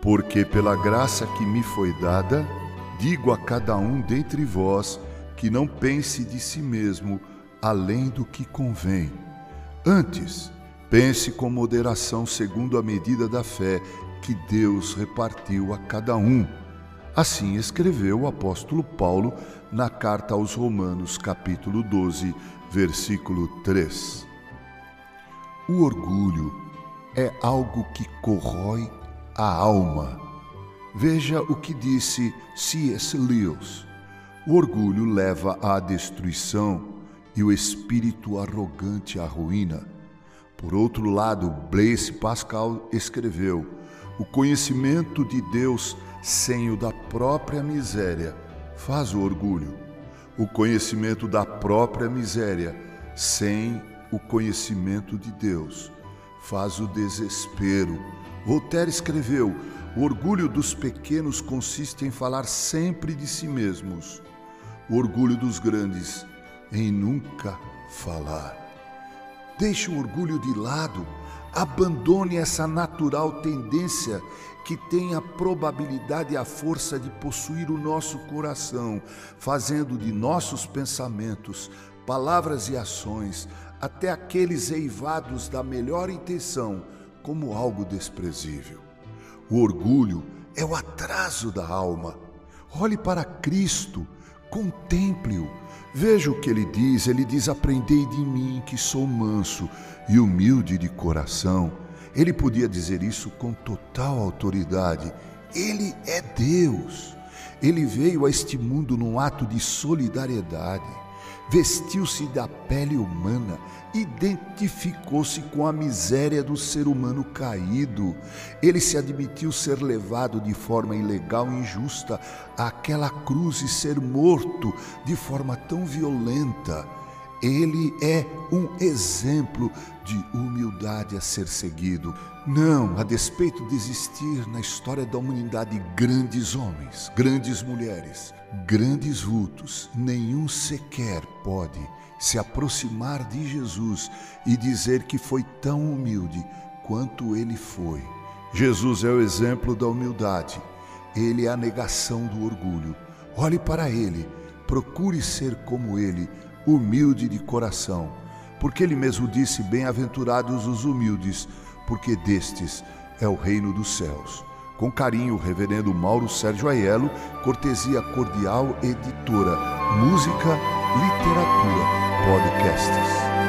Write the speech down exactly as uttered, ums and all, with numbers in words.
Porque pela graça que me foi dada, digo a cada um dentre vós que não pense de si mesmo além do que convém. Antes, pense com moderação segundo a medida da fé que Deus repartiu a cada um. Assim escreveu o apóstolo Paulo na carta aos Romanos, capítulo doze, versículo três. O orgulho é algo que corrói a alma. Veja o que disse C S Lewis. O orgulho leva à destruição e o espírito arrogante à ruína. Por outro lado, Blaise Pascal escreveu: o conhecimento de Deus sem o da própria miséria faz o orgulho. O conhecimento da própria miséria sem o conhecimento de Deus faz o desespero. Voltaire escreveu: o orgulho dos pequenos consiste em falar sempre de si mesmos. O orgulho dos grandes em nunca falar. Deixe o orgulho de lado, abandone essa natural tendência que tem a probabilidade e a força de possuir o nosso coração, fazendo de nossos pensamentos, palavras e ações, até aqueles eivados da melhor intenção, como algo desprezível. O orgulho é o atraso da alma. Olhe para Cristo, contemple-o. Veja o que ele diz. Ele diz: aprendei de mim, que sou manso e humilde de coração. Ele podia dizer isso com total autoridade. Ele é Deus. Ele veio a este mundo num ato de solidariedade. Vestiu-se da pele humana, identificou-se com a miséria do ser humano caído. Ele se admitiu ser levado de forma ilegal e injusta àquela cruz e ser morto de forma tão violenta. Ele é um exemplo de humildade a ser seguido. Não, a despeito de existir na história da humanidade grandes homens, grandes mulheres, grandes vultos, nenhum sequer pode se aproximar de Jesus e dizer que foi tão humilde quanto ele foi. Jesus é o exemplo da humildade. Ele é a negação do orgulho. Olhe para ele, procure ser como ele, humilde de coração, porque ele mesmo disse: bem-aventurados os humildes, porque destes é o reino dos céus. Com carinho, reverendo Mauro Sérgio Aiello, cortesia cordial, editora, música, literatura, podcasts.